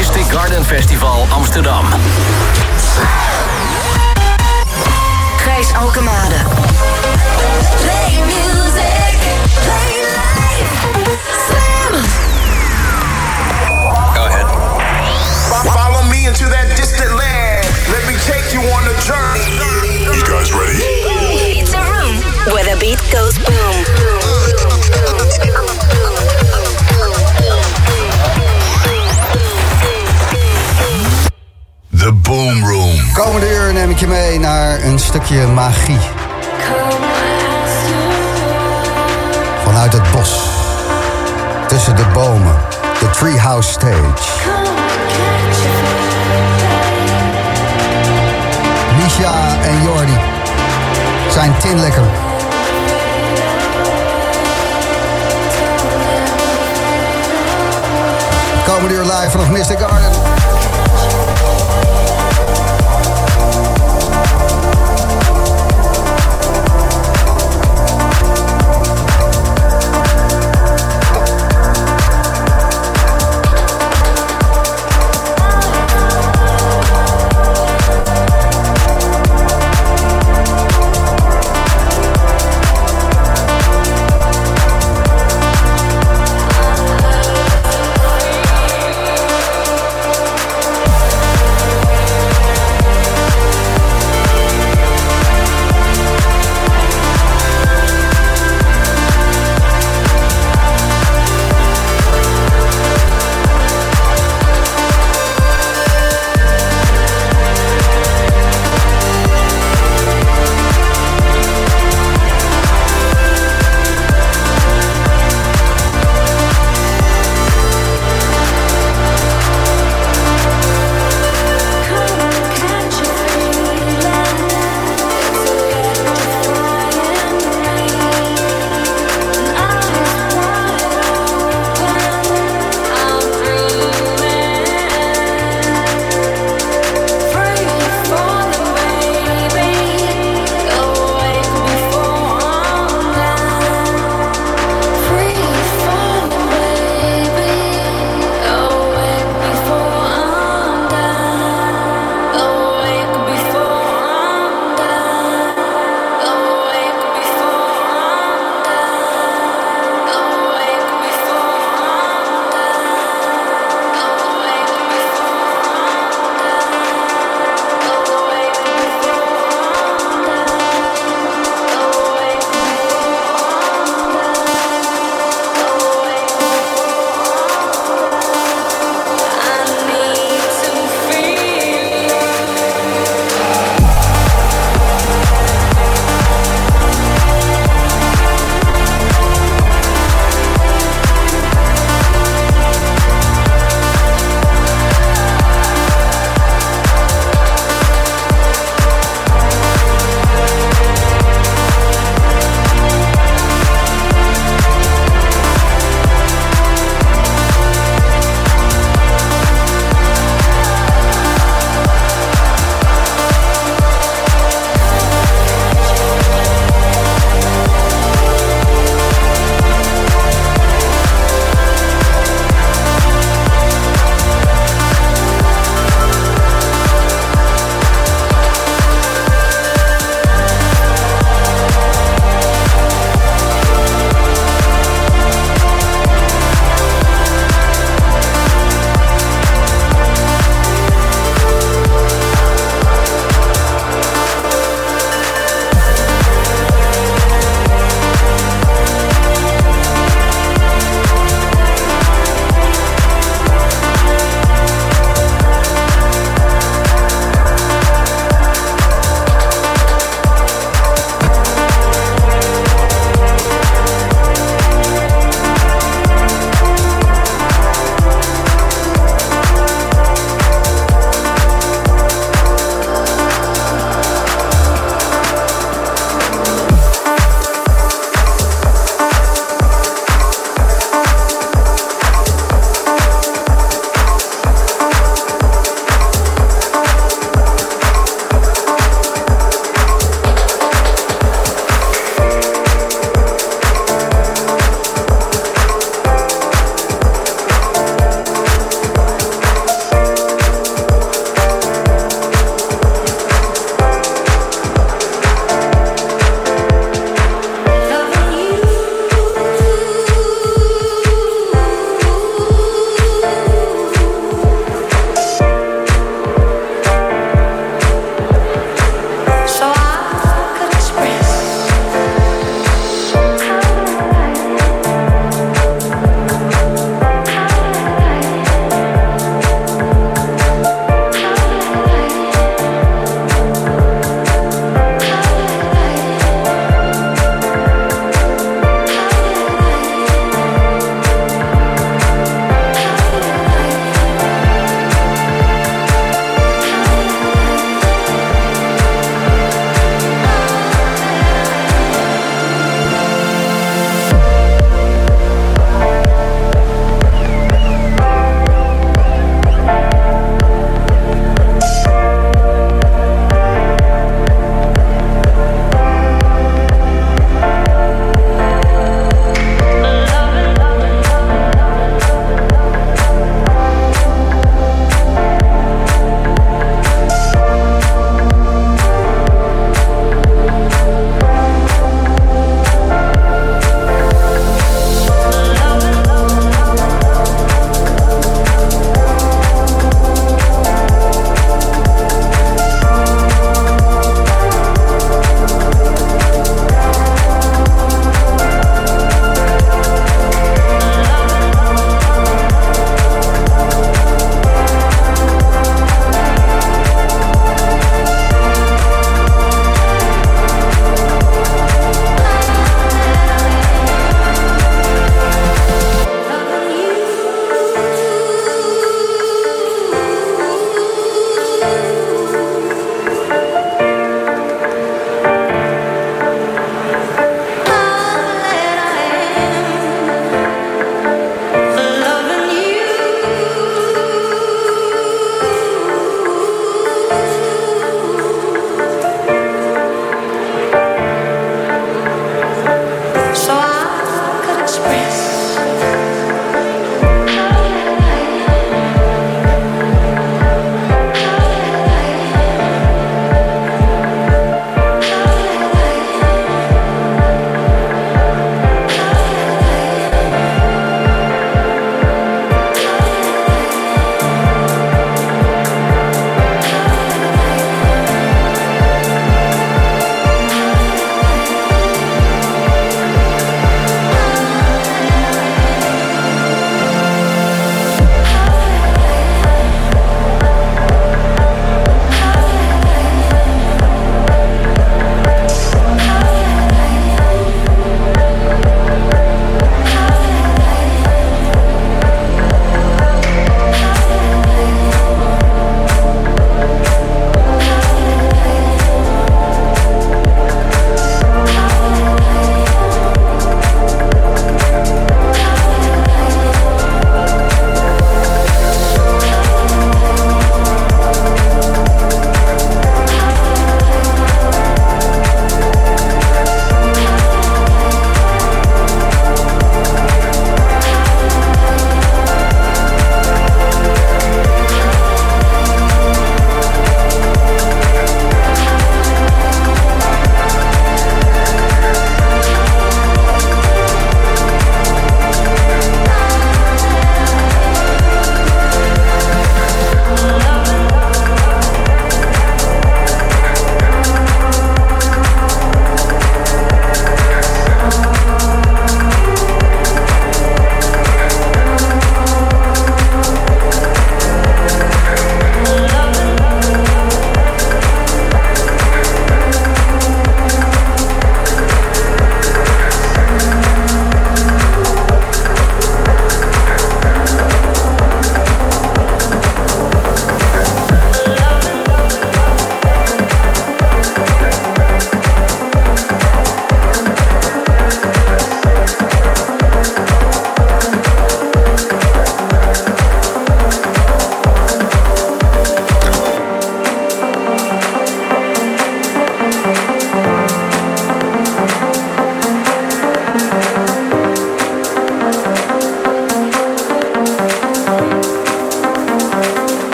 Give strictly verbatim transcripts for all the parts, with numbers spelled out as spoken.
Mystic Garden Festival Amsterdam. Gijs Alkemade. Play music, play life. Slam. Go ahead. Follow me into that distant land. Let me take you on a journey. You guys ready? It's a room where the beat goes boom. The Boom Room. Komende uur neem ik je mee naar een stukje magie. Vanuit het bos. Tussen de bomen. De Treehouse Stage. Misha en Jordi zijn tinlekker. Komende uur live vanaf Mystic Garden.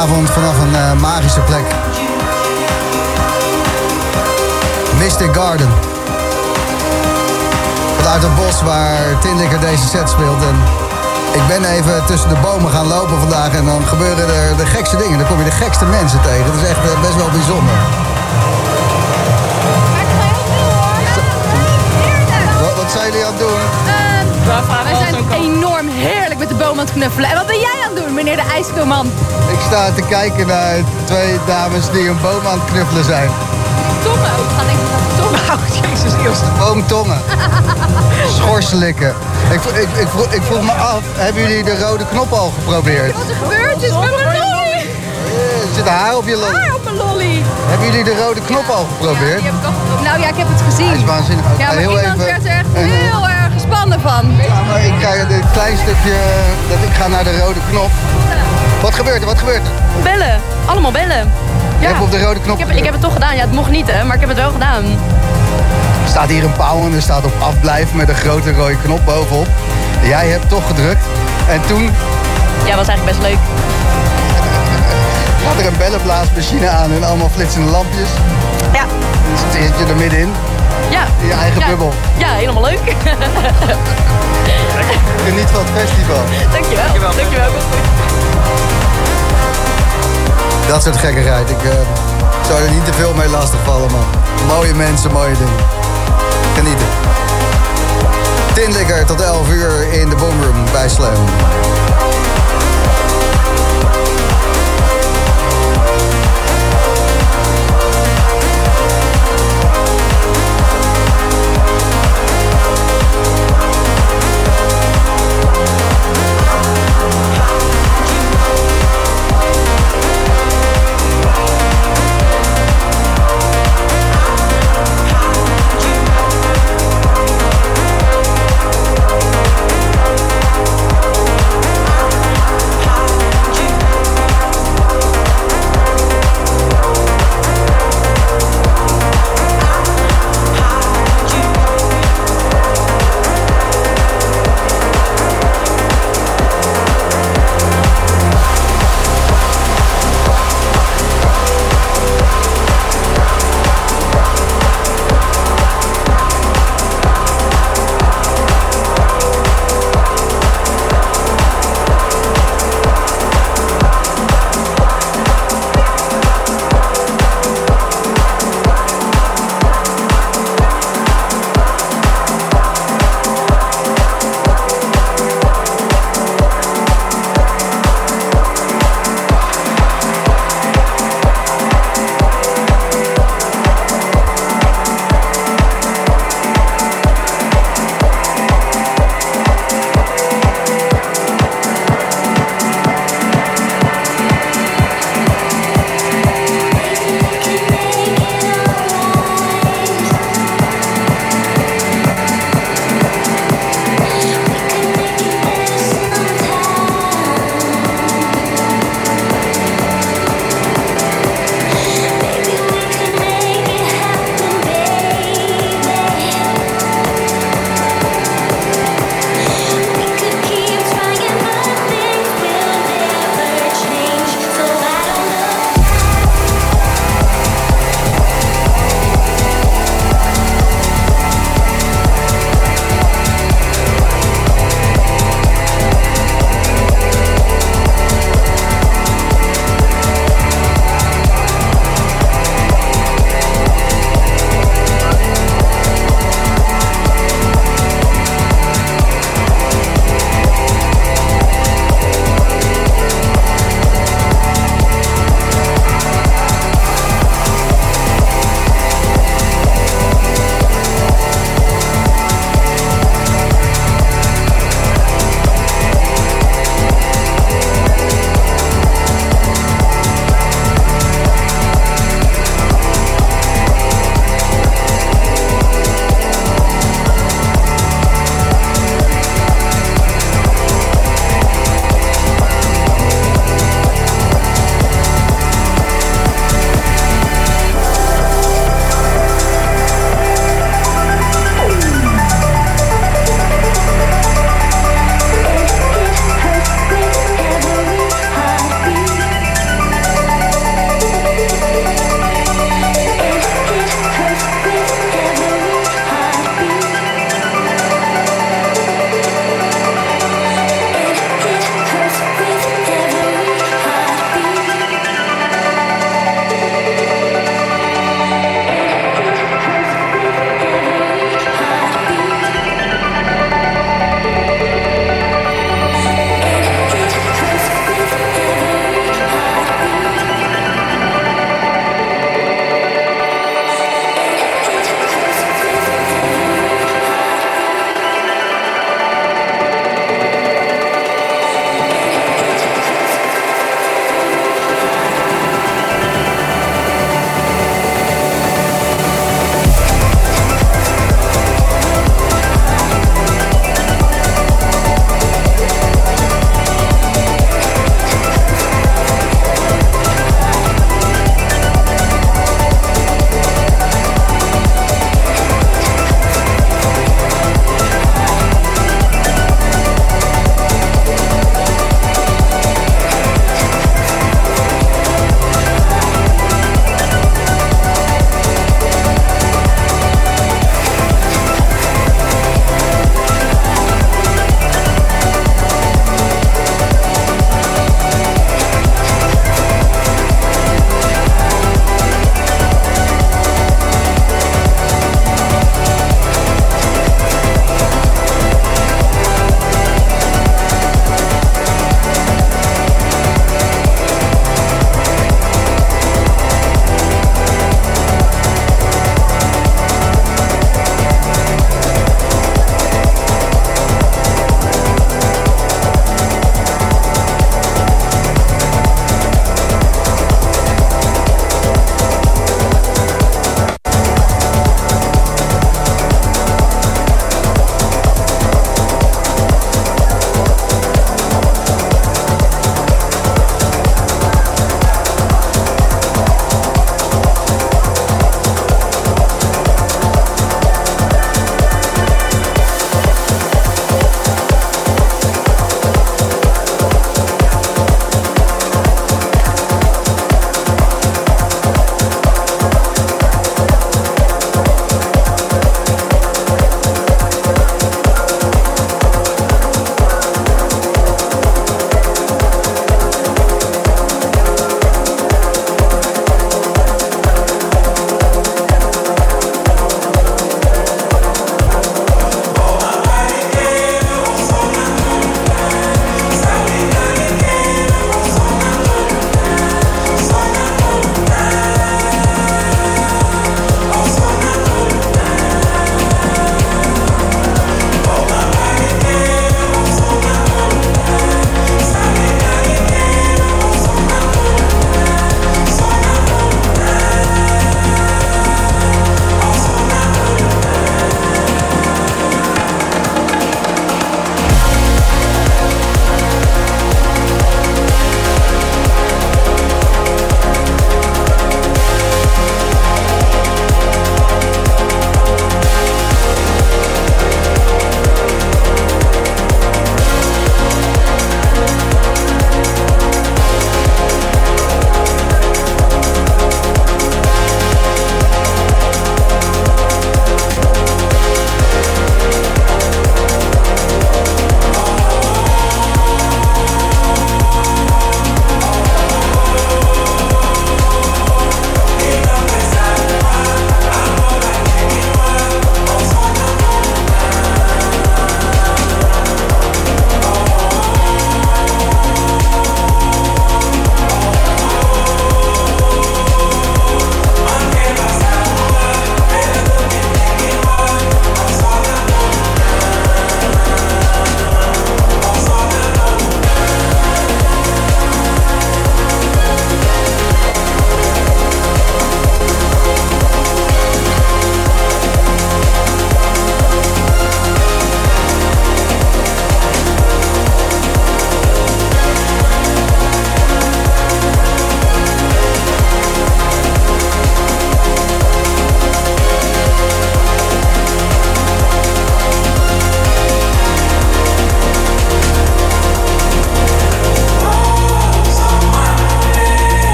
Vanavond vanaf een uh, magische plek. Mystic Garden. Vanuit het bos waar Tinlicker deze set speelt. En ik ben even tussen de bomen gaan lopen vandaag en dan gebeuren er de gekste dingen. Dan kom je de gekste mensen tegen. Dat is echt uh, best wel bijzonder. Wat, wat zijn jullie aan het doen? Uh, wij zijn enorm heerlijk met de boom aan het knuffelen. En wat ben jij aan het doen, meneer de ijskeelman? Ik sta te kijken naar twee dames die een boom aan het knuffelen zijn. Tongen ook. Gaan denk ik naar de tongen. Oh, jezus, eerst de boomtongen. Schorslikken. Ik, ik, ik, vroeg, ik vroeg me af, hebben jullie de rode knop al geprobeerd? Wat er gebeurd is met mijn lolly. Er zit haar op je lolly. Haar op mijn lolly. Hebben jullie de rode knop al geprobeerd? Ja, die heb ik al geprobeerd. Nou ja, ik heb het gezien. Hij is waanzinnig. Ja, maar heel iemand even, werd er echt en, heel erg gespannen van. Ja, maar ik krijg een klein stukje dat ik ga naar de rode knop. Wat gebeurt er? Wat gebeurt er? Bellen. Allemaal bellen. Je Ja. hebt op de rode knop Ik heb, ik heb het toch gedaan. Ja, het mocht niet, hè, maar ik heb het wel gedaan. Er staat hier een paal en er staat op afblijven met een grote rode knop bovenop. Jij hebt toch gedrukt. En toen Ja, was eigenlijk best leuk. gaat er een bellenblaasmachine aan en allemaal flitsende lampjes. Ja. Dan zit je er middenin. Ja. In je eigen ja. bubbel. Ja, helemaal leuk. Geniet van het festival. Dankjewel. Dankjewel. Dankjewel. Dat soort gekkigheid. Ik uh, zou er niet te veel mee lastigvallen, man. Mooie mensen, mooie dingen. Genieten. Tinlicker tot elf uur in de Boomroom bij Slam.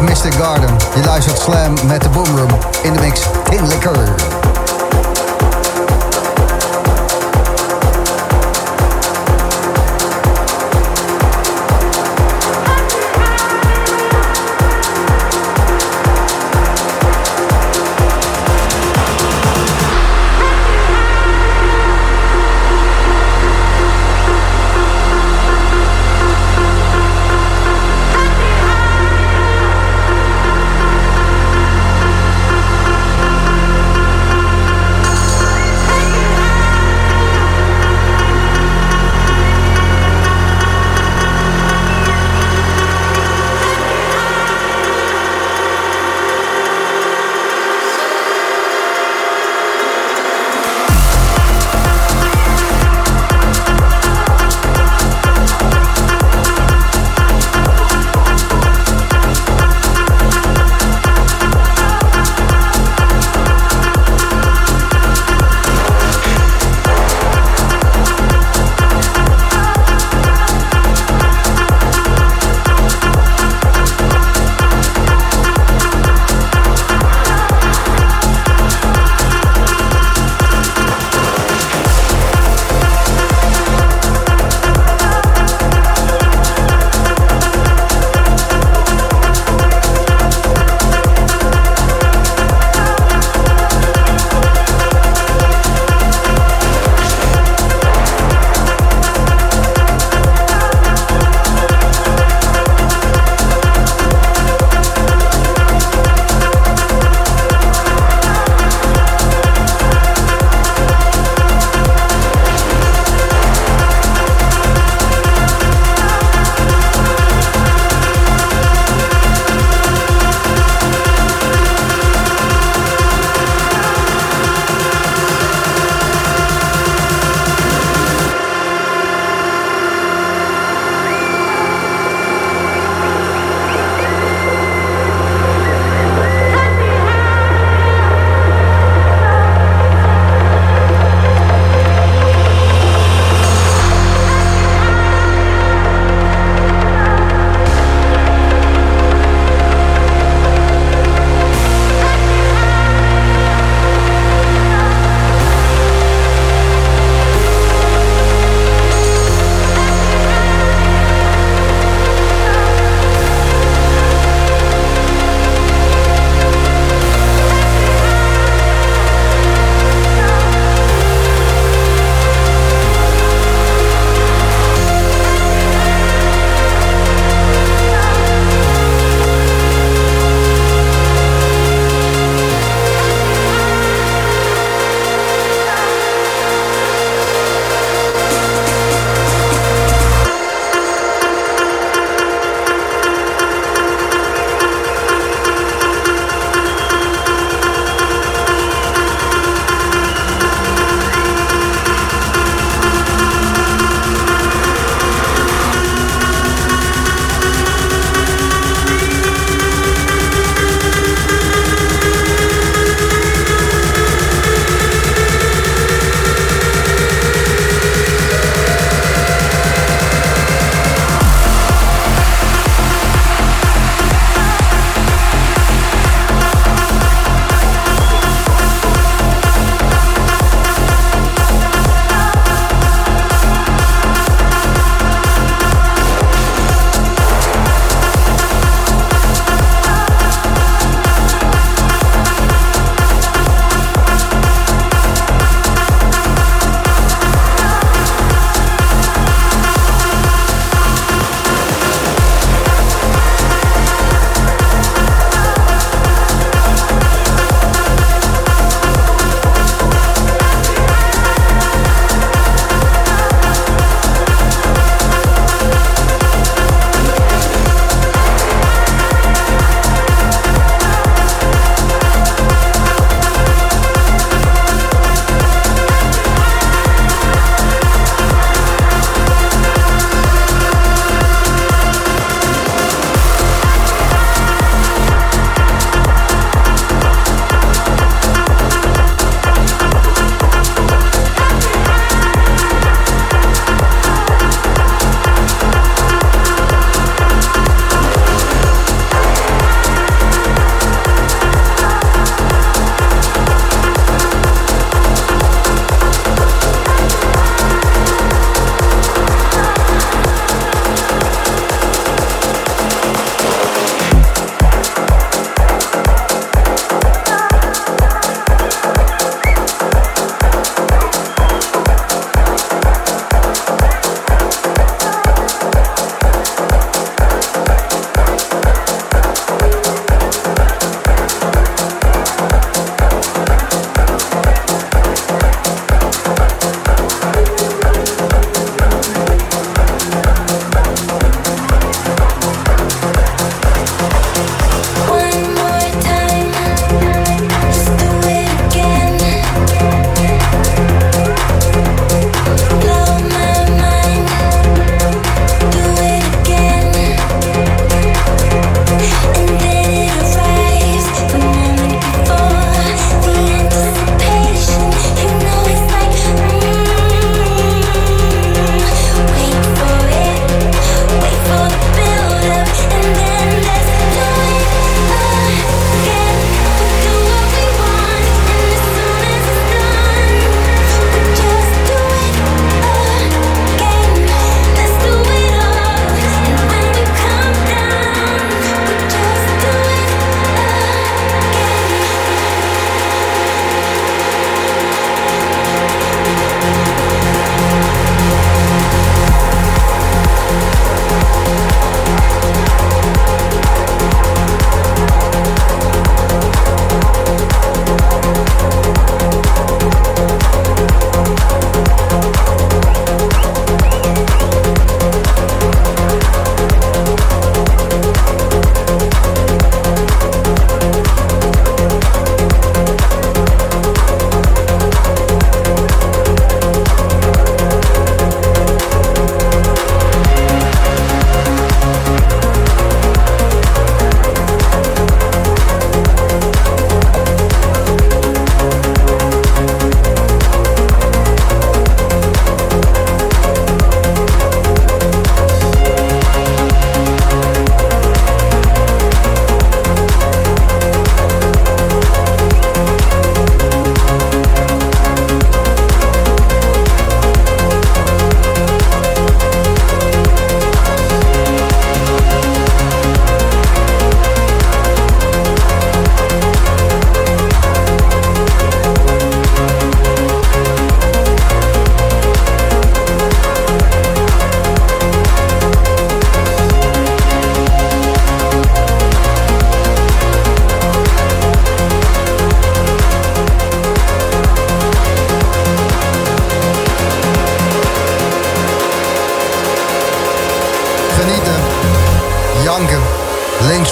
Mystic Garden. Je luistert Slam met de Boom Room. In de mix Tin Liquor. We'll be right back.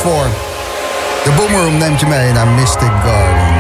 voor. De Boom Room neemt je mee naar Mystic Garden.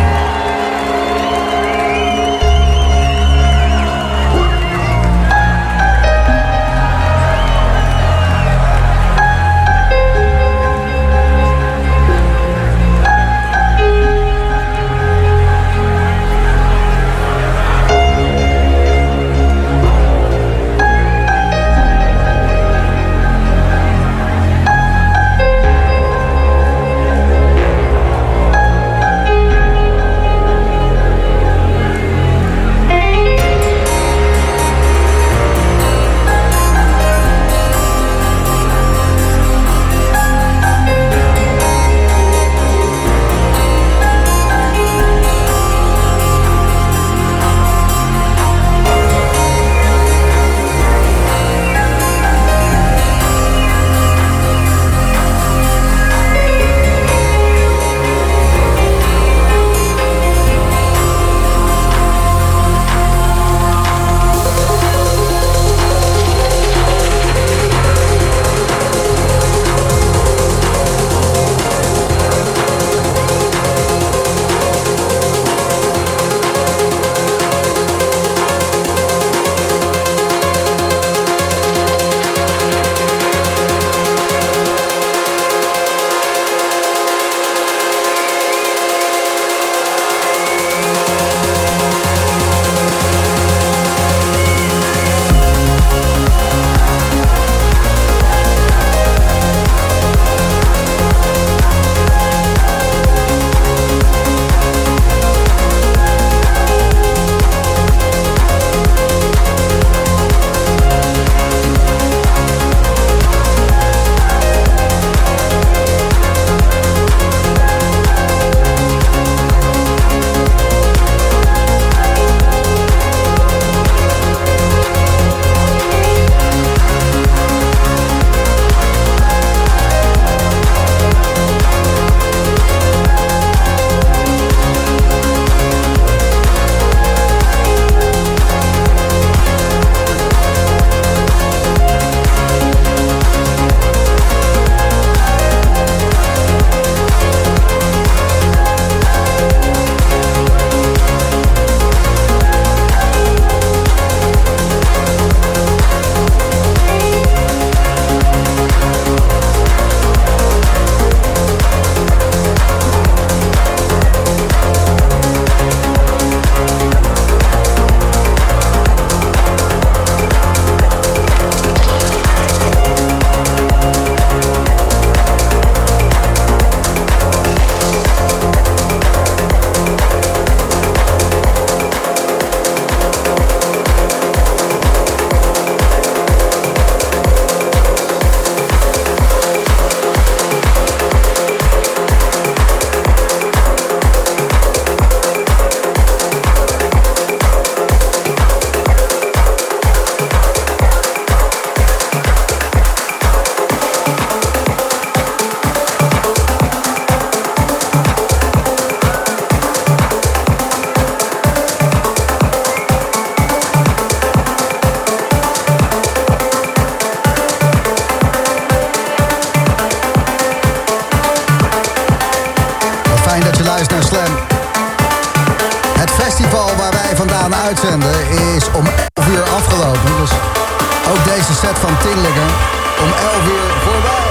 Uitzenden is om elf uur afgelopen. Dus ook deze set van Tinlicker om elf uur voorbij.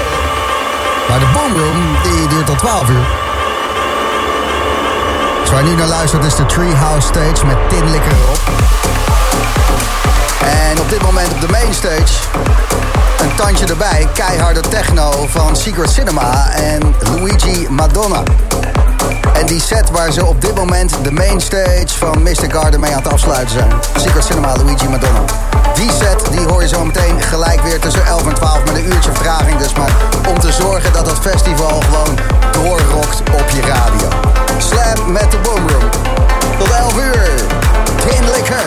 Maar de Boom Room die duurt tot twaalf uur. Dus waar je nu naar luistert is de Treehouse Stage met Tinlicker erop. En op dit moment op de main stage een tandje erbij. Keiharde techno van Secret Cinema en Luigi Madonna. En die set waar ze op dit moment de main stage van Mystic Garden mee aan het afsluiten zijn. Secret Cinema, Luigi Madonna. Die set die hoor je zo meteen gelijk weer tussen elf en twaalf met een uurtje vertraging dus. Maar om te zorgen dat dat festival gewoon doorrokt op je radio. Slam met de Boom Room. Tot elf uur. Tinlicker.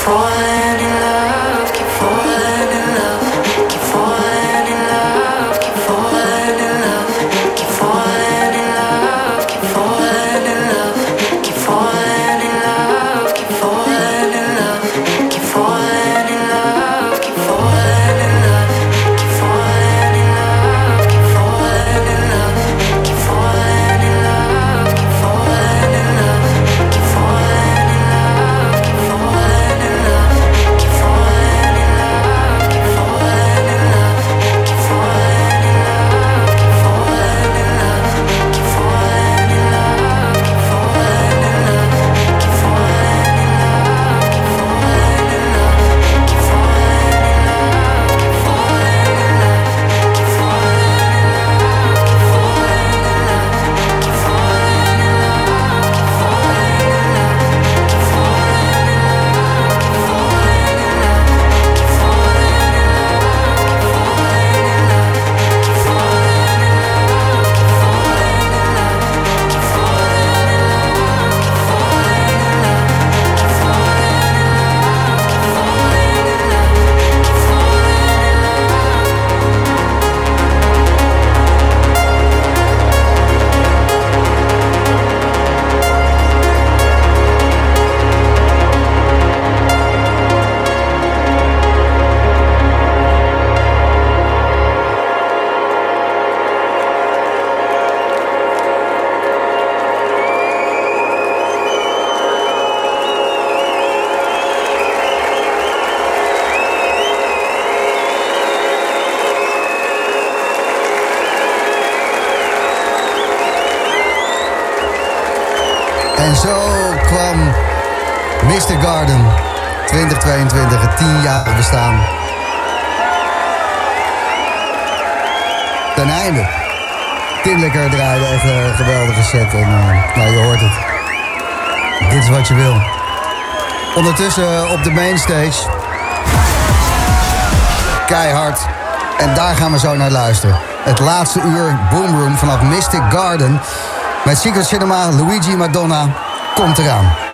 En zo kwam mister Garden twintig tweeëntwintig, het tienjarig bestaan, ten einde. Tim Lekker draaide echt een geweldige set. En uh, nou, je hoort het. Dit is wat je wil. Ondertussen op de mainstage. Keihard. En daar gaan we zo naar luisteren. Het laatste uur Boom Room vanaf Mystic Garden. Met Secret Cinema, Luigi Madonna komt eraan.